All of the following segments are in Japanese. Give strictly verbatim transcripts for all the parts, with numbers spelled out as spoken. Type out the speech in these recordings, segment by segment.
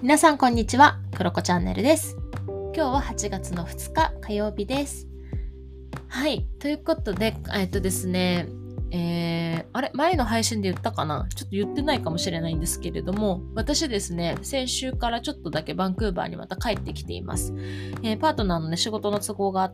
皆さんこんにちは、クロコチャンネルです。今日ははちがつのふつか火曜日です。はい、ということで、えっとですね、えー、あれ前の配信で言ったかなちょっと言ってないかもしれないんですけれども、私ですね、先週からちょっとだけバンクーバーにまた帰ってきています。えー、パートナーのね、仕事の都合があって、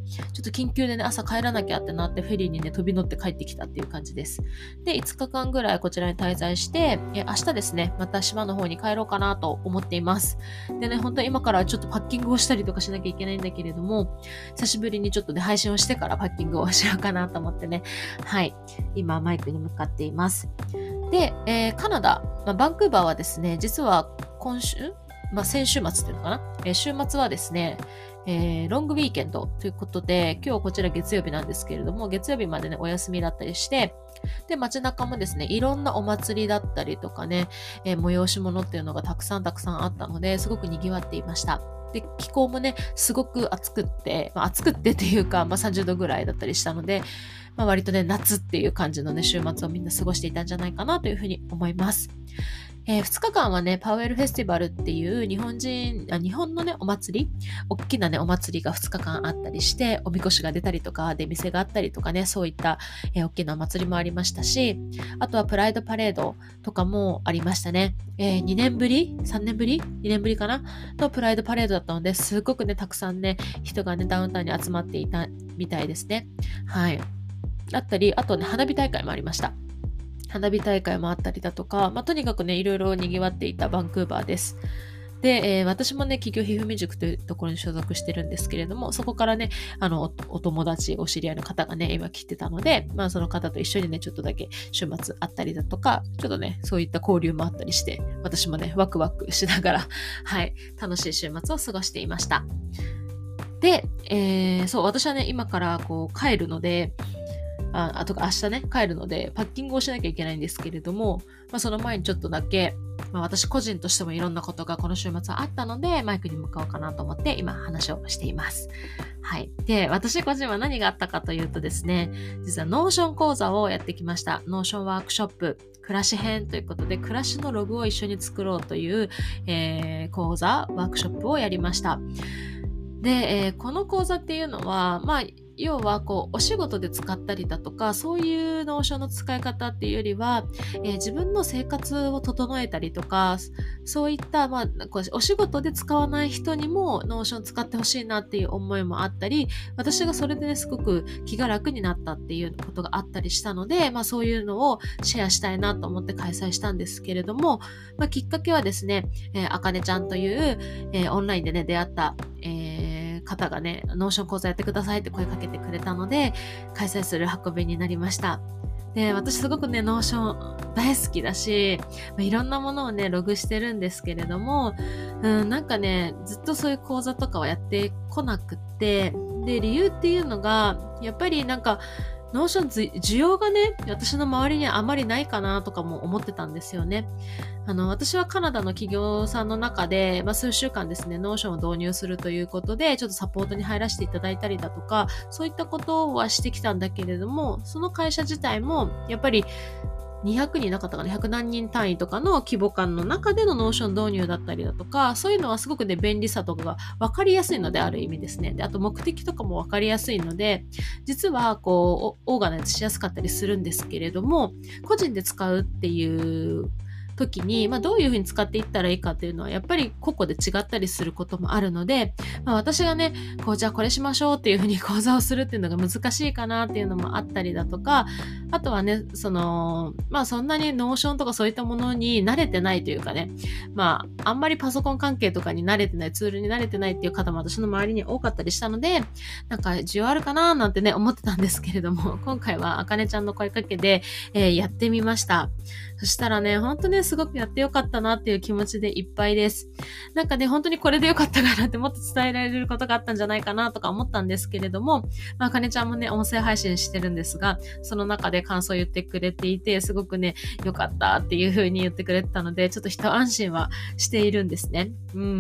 ちょっと緊急でね、朝帰らなきゃってなって、フェリーにね、飛び乗って帰ってきたっていう感じです。で、いつかかんぐらいこちらに滞在して、えー、明日ですね、また島の方に帰ろうかなと思っています。でね、本当に今からちょっとパッキングをしたりとかしなきゃいけないんだけれども、久しぶりにちょっとね、配信をしてからパッキングをしようかなと思ってね、はい、今マイクに向かっています。で、えー、カナダ、まあ、バンクーバーはですね、実は今週、まあ、先週末っていうのかな、えー、週末はですね、えー、ロングウィーケンドということで、今日こちら月曜日なんですけれども、月曜日までね、お休みだったりして、で、街中もですね、いろんなお祭りだったりとかね、えー、催し物っていうのがたくさんたくさんあったので、すごく賑わっていました。で、気候もね、すごく暑くって、まあ、暑くってっていうか、まあ、さんじゅうどぐらいだったりしたので、まあ、割とね、夏っていう感じのね、週末をみんな過ごしていたんじゃないかなというふうに思います。えー、ふつかかんはね、パウエルフェスティバルっていう日本人、あ日本のね、お祭り、大きなね、お祭りがふつかかんあったりして、おみこしが出たりとか、出店があったりとかね、そういった、えー、大きなお祭りもありましたし、あとはプライドパレードとかもありましたね。えー、にねんぶり ?さん 年ぶり ?に 年ぶりかなのプライドパレードだったので、すごくね、たくさんね、人がね、ダウンタウンに集まっていたみたいですね。はい。あったり、あとね、花火大会もありました。花火大会もあったりだとか、まあ、とにかくね、いろいろ賑わっていたバンクーバーです。で、えー、私もね、企業ひふみ塾というところに所属してるんですけれども、そこからね、あの、お、お友達、お知り合いの方がね、今来てたので、まあ、その方と一緒にね、ちょっとだけ週末あったりだとか、ちょっとね、そういった交流もあったりして、私もね、ワクワクしながら、はい、楽しい週末を過ごしていました。で、えー、そう、私はね、今からこう、帰るので、あ、あとか明日ね、帰るので、パッキングをしなきゃいけないんですけれども、まあ、その前にちょっとだけ、まあ、私個人としてもいろんなことがこの週末はあったので、マイクに向かおうかなと思って今話をしています。はい。で、私個人は何があったかというとですね、実はノーション講座をやってきました。ノーションワークショップ、暮らし編ということで、暮らしのログを一緒に作ろうという、えー、講座、ワークショップをやりました。で、えー、この講座っていうのは、まあ、要はこうお仕事で使ったりだとか、そういうノーションの使い方っていうよりは、えー、自分の生活を整えたりとか、そういった、まあ、こうお仕事で使わない人にもノーション使ってほしいなっていう思いもあったり、私がそれでね、すごく気が楽になったっていうことがあったりしたので、まあそういうのをシェアしたいなと思って開催したんですけれども、まあきっかけはですね、えー、あかねちゃんという、えー、オンラインでね、出会った、えー方がね、ノーション講座やってくださいって声かけてくれたので、開催する運びになりました。で、私すごくね、ノーション大好きだし、まあ、いろんなものをね、ログしてるんですけれども、うん、なんかね、ずっとそういう講座とかはやってこなくって、で、理由っていうのが、やっぱりなんか、ノーション需要がね、私の周りにはあまりないかなとかも思ってたんですよね。あの、私はカナダの企業さんの中で、まあ、数週間ですね、ノーションを導入するということで、ちょっとサポートに入らせていただいたりだとか、そういったことはしてきたんだけれども、その会社自体も、やっぱり、にひゃくにんなかったかな、ひゃくなんにん単位とかの規模感の中でのノーション導入だったりだとか、そういうのはすごくね、便利さとかが分かりやすいので、ある意味ですね。で、あと目的とかも分かりやすいので、実はこう、オーガナイズしやすかったりするんですけれども、個人で使うっていう時に、まあ、どういうふうに使っていったらいいかっていうのはやっぱり個々で違ったりすることもあるので、まあ、私がねこうじゃあこれしましょうっていうふうに講座をするっていうのが難しいかなっていうのもあったりだとか、あとはねそのまあそんなにノーションとかそういったものに慣れてないというかね、まああんまりパソコン関係とかに慣れてない、ツールに慣れてないっていう方も私の周りに多かったりしたので、なんか需要あるかななんてね思ってたんですけれども、今回はあかねちゃんの声かけで、えー、やってみました。そしたらね、ほんとね、すごくやってよかったなっていう気持ちでいっぱいです。なんかね、本当にこれでよかったかなってもっと伝えられることがあったんじゃないかなとか思ったんですけれども、まあ、かねちゃんもね、音声配信してるんですが、その中で感想を言ってくれていて、すごくね、よかったっていう風に言ってくれてたので、ちょっと一安心はしているんですね。うん。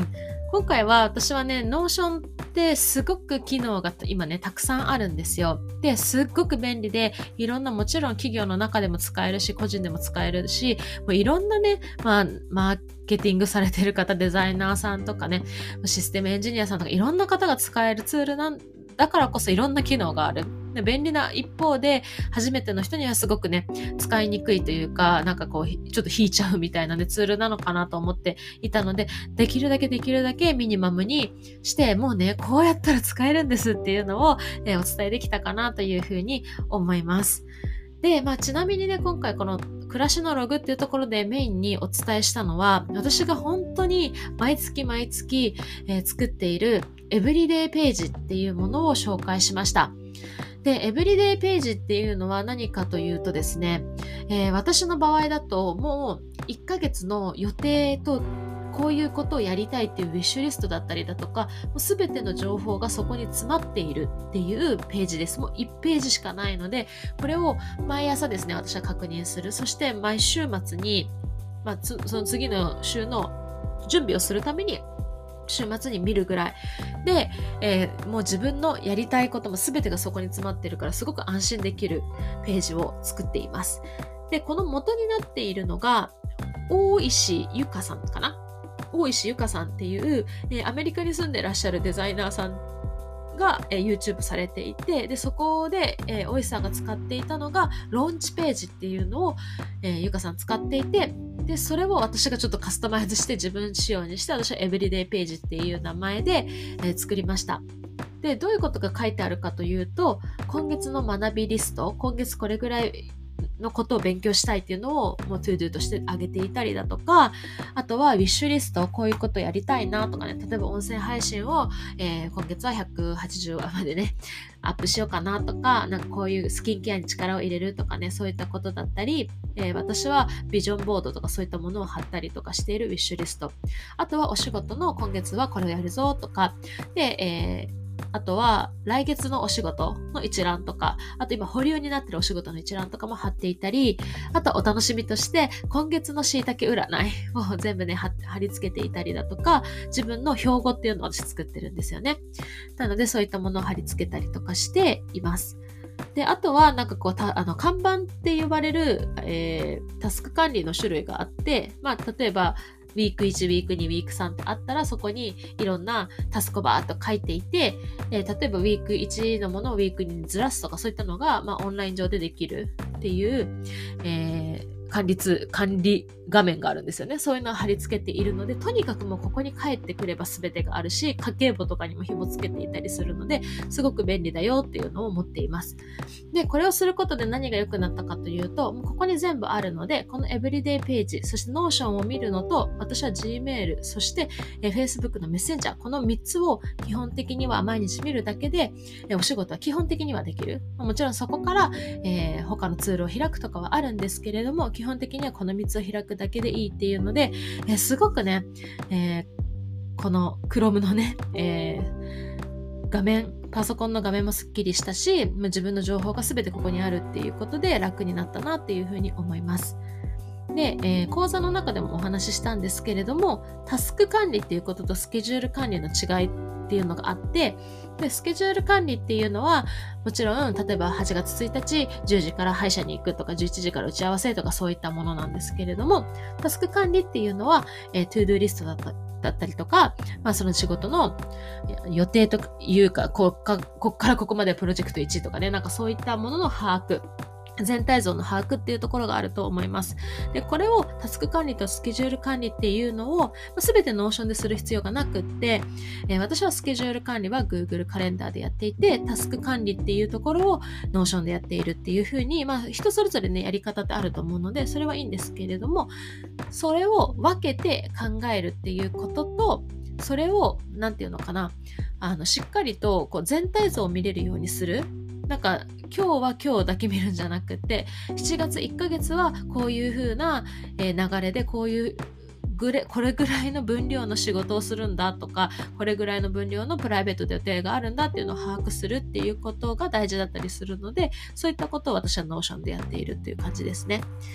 今回は私はね、ノーションってすごく機能が今ね、たくさんあるんですよ。で、すっごく便利で、いろんなもちろん企業の中でも使えるし、個人でも使えるし、もういろんなね、まあ、マーケティングされてる方、デザイナーさんとかね、システムエンジニアさんとかいろんな方が使えるツールなんだからこそいろんな機能がある。で便利な一方で、初めての人にはすごくね、使いにくいというか、なんかこう、ちょっと引いちゃうみたいなね、ツールなのかなと思っていたので、できるだけできるだけミニマムにして、もうね、こうやったら使えるんですっていうのを、えーお伝えできたかなというふうに思います。で、まあちなみにね、今回この暮らしのログっていうところでメインにお伝えしたのは、私が本当に毎月毎月、えー作っているエブリデイページっていうものを紹介しました。で、エブリデイページっていうのは何かというとですね、えー私の場合だともういっかげつの予定とこういうことをやりたいっていうウィッシュリストだったりだとか、もうすべての情報がそこに詰まっているっていうページです。もういちページしかないので、これを毎朝ですね、私は確認する。そして毎週末に、まあ、つその次の週の準備をするために、週末に見るぐらいで、えーもう自分のやりたいことも全てがそこに詰まってるから、すごく安心できるページを作っています。で、この元になっているのが、大石ゆかさんかな大石ゆかさんっていう、えーアメリカに住んでらっしゃるデザイナーさんが、えー YouTube されていて、で、そこで、えー、大石さんが使っていたのが、ローンチページっていうのを、えーゆかさん使っていて、で、それを私がちょっとカスタマイズして自分仕様にして、私はエブリデイページっていう名前で、えー作りました。で、どういうことが書いてあるかというと、今月の学びリスト、今月これぐらいのことを勉強したいっていうのをもう To Do としてあげていたりだとか、あとはウィッシュリスト、こういうことやりたいなとかね、例えば音声配信を、えー今月はひゃくはちじゅうわまでね、アップしようかなとか、なんかこういうスキンケアに力を入れるとかね、そういったことだったり、えー私はビジョンボードとかそういったものを貼ったりとかしているウィッシュリスト。あとはお仕事の今月はこれをやるぞとか、で、えーあとは来月のお仕事の一覧とか、あと今保留になってるお仕事の一覧とかも貼っていたり、あとお楽しみとして今月の椎茸占いを全部ね貼貼り付けていたりだとか、自分の標語っていうのを私作ってるんですよね。なのでそういったものを貼り付けたりとかしています。で、あとはなんかこうたあの看板って呼ばれる、えータスク管理の種類があって、まあ例えばウィークいち、ウィークに、ウィークさんってあったら、そこにいろんなタスクをバーっと書いていて、えー例えばウィークいちのものをウィークにずらすとか、そういったのが、まあ、オンライン上でできるっていう、えー管理ツ管理画面があるんですよね。そういうのを貼り付けているので、とにかくもうここに帰ってくれば全てがあるし、家計簿とかにも紐付けていたりするので、すごく便利だよっていうのを持っています。で、これをすることで何が良くなったかというと、もうここに全部あるので、このエブリデイページ、そして Notion を見るのと、私は Gmail、そしてえ Facebook のメッセンジャー、このみっつを基本的には毎日見るだけで、えお仕事は基本的にはできる。もちろんそこから、えー他のツールを開くとかはあるんですけれども、基本的にはこのみっつを開くだけでいいっていうので、えーすごくね、えーこの Chrome のね、えー画面、パソコンの画面もスッキリしたし、もう自分の情報が全てここにあるっていうことで楽になったなっていうふうに思います。で、えー講座の中でもお話ししたんですけれども、タスク管理っていうこととスケジュール管理の違いっていうのがあって、で、スケジュール管理っていうのは、もちろん、例えばはちがつついたち、じゅうじから歯医者に行くとか、じゅういちじから打ち合わせとか、そういったものなんですけれども、タスク管理っていうのは、えー、トゥードゥーリストだっただったりとか、まあその仕事の予定というか、こっか、こっからここまでプロジェクトいちとかね、なんかそういったものの把握。全体像の把握っていうところがあると思います。で、これをタスク管理とスケジュール管理っていうのをすべてノーションでする必要がなくって、えー私はスケジュール管理は Google カレンダーでやっていて、タスク管理っていうところをノーションでやっているっていう風に、まあ人それぞれね、やり方ってあると思うので、それはいいんですけれども、それを分けて考えるっていうことと、それを、なんていうのかな、あの、しっかりとこう全体像を見れるようにする。なんか今日は今日だけ見るんじゃなくて、しちがついっかげつはこういう風な、えー流れでこういうぐれこれぐらいの分量の仕事をするんだとか、これぐらいの分量のプライベートで予定があるんだっていうのを把握するっていうことが大事だったりするので、そういったことを私はノーションでやっているっていう感じですね。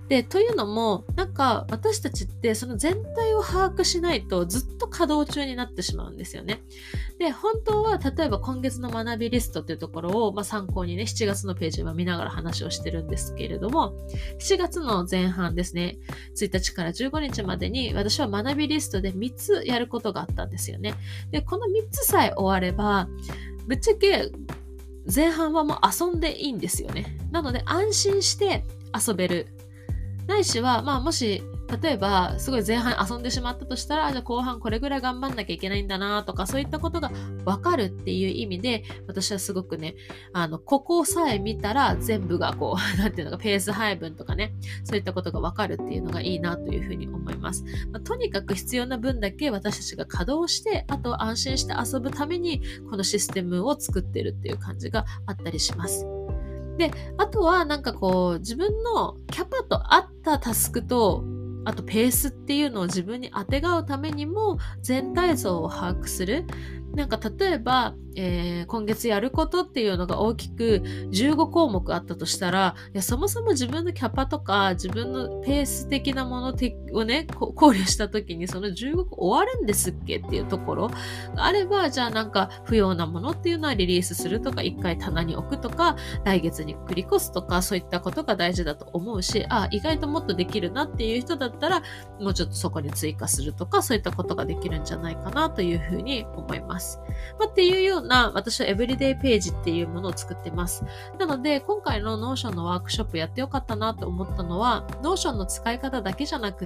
で、というのも、なんか私たちってその全体を把握しないとずっと稼働中になってしまうんですよね。で、本当は例えば今月の学びリストっていうところを、まあ、参考にね、しちがつのページを見ながら話をしてるんですけれども、しちがつの前半ですね、ついたちからじゅうごにちまでに私は学びリストでみっつやることがあったんですよね。で、このみっつさえ終われば、ぶっちゃけ前半はもう遊んでいいんですよね。なので安心して遊べる。ないしは、まあもし、例えば、すごい前半遊んでしまったとしたら、じゃあ後半これぐらい頑張んなきゃいけないんだなとか、そういったことがわかるっていう意味で、私はすごくね、あの、ここさえ見たら全部がこう、なんていうのか、ペース配分とかね、そういったことがわかるっていうのがいいなというふうに思います。まあ、とにかく必要な分だけ私たちが稼働して、あとは安心して遊ぶために、このシステムを作ってるっていう感じがあったりします。で、あとはなんかこう、自分のキャパと合ったタスクと、あとペースっていうのを自分に当てがうためにも全体像を把握する。なんか例えば、えー、今月やることっていうのが大きくじゅうごこうもくあったとしたら、いやそもそも自分のキャパとか自分のペース的なものをね、考慮した時にそのじゅうごこ終わるんですっけっていうところがあれば、じゃあなんか不要なものっていうのはリリースするとか、一回棚に置くとか、来月に繰り越すとか、そういったことが大事だと思うし、あ、意外ともっとできるなっていう人だったら、もうちょっとそこに追加するとか、そういったことができるんじゃないかなというふうに思います。まあ、っていうような、私はエブリデイページっていうものを作ってます。なので、今回の Notion のワークショップやってよかったなと思ったのは、Notion の使い方だけじゃなくって、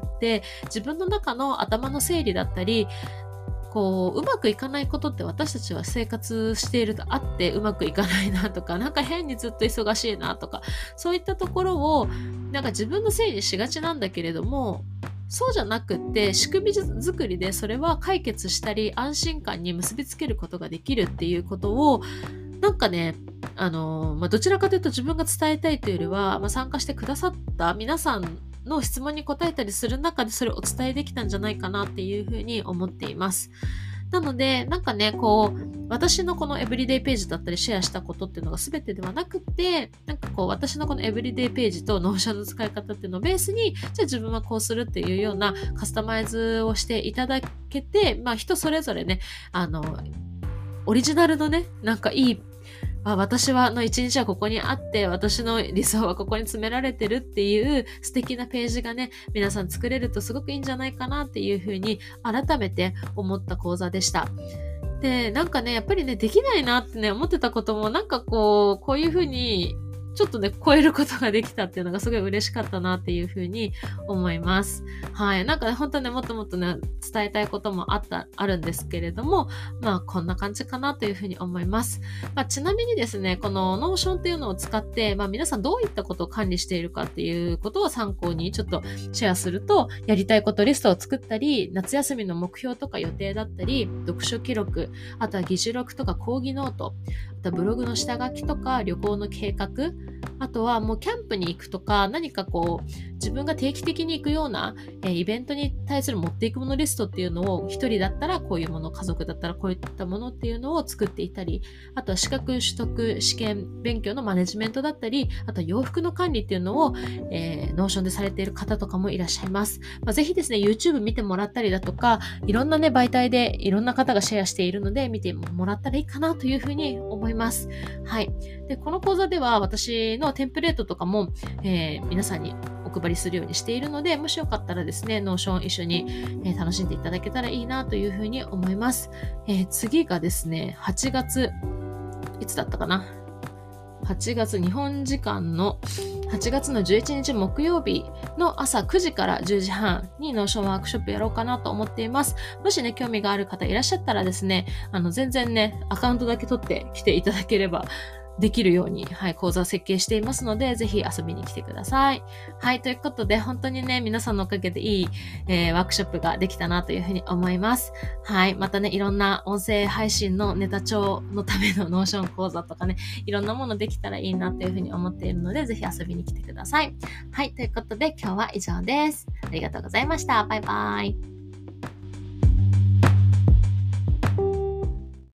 自分の中の頭の整理だったり、こう、うまくいかないことって私たちは生活しているとあってうまくいかないなとか、なんか変にずっと忙しいなとか、そういったところを、なんか自分のせいにしがちなんだけれども、そうじゃなくって仕組み作りでそれは解決したり安心感に結びつけることができるっていうことをなんかね、あのまあ、どちらかというと自分が伝えたいというよりは、まあ、参加してくださった皆さんの質問に答えたりする中でそれをお伝えできたんじゃないかなっていうふうに思っています。なので、なんかね、こう、私のこのエブリデイページだったりシェアしたことっていうのが全てではなくて、なんかこう、私のこのエブリデイページとノーションの使い方っていうのをベースに、じゃあ自分はこうするっていうようなカスタマイズをしていただけて、まあ人それぞれね、あの、オリジナルのね、なんかいい、あ、私はの一日はここにあって、私の理想はここに詰められてるっていう素敵なページがね、皆さん作れるとすごくいいんじゃないかなっていうふうに改めて思った講座でした。で、なんかね、やっぱりね、できないなってね、思ってたことも、なんかこう、こういうふうに、ちょっとね、超えることができたっていうのがすごい嬉しかったなっていうふうに思います。はい。なんかね、本当ね、もっともっとね、伝えたいこともあった、あるんですけれども、まあ、こんな感じかなというふうに思います。まあ、ちなみにですね、この Notion っていうのを使って、まあ、皆さんどういったことを管理しているかっていうことを参考にちょっとシェアすると、やりたいことリストを作ったり、夏休みの目標とか予定だったり、読書記録、あとは議事録とか講義ノート、あとはブログの下書きとか旅行の計画、あとはもうキャンプに行くとか、何かこう自分が定期的に行くような、えー、イベントに対する持っていくものリストっていうのを一人だったらこういうもの、家族だったらこういったものっていうのを作っていたり、あとは資格取得試験勉強のマネジメントだったり、あとは洋服の管理っていうのを、えー、ノーションでされている方とかもいらっしゃいます。まあ、ぜひですね YouTube 見てもらったりだとか、いろんなね媒体でいろんな方がシェアしているので見てもらったらいいかなというふうに思います。はい。で、この講座では私のテンプレートとかも、えー、皆さんにお配りするようにしているので、もしよかったらですね、ノーション一緒に、えー、楽しんでいただけたらいいなというふうに思います。えー、次がですね、はちがつ、いつだったかなはちがつ、日本時間のはちがつのじゅういちにち木曜日の朝くじからじゅうじはんにノーションワークショップやろうかなと思っています。もしね、興味がある方いらっしゃったらですね、あの、全然ね、アカウントだけ取って来ていただければできるように、はい、講座を設計していますので、ぜひ遊びに来てください。はい、ということで、本当にね、皆さんのおかげでいい、えー、ワークショップができたなというふうに思います。はい、またね、いろんな音声配信のネタ帳のためのノーション講座とかね、いろんなものできたらいいなというふうに思っているので、ぜひ遊びに来てください。はい、ということで、今日は以上です。ありがとうございました。バイバイ。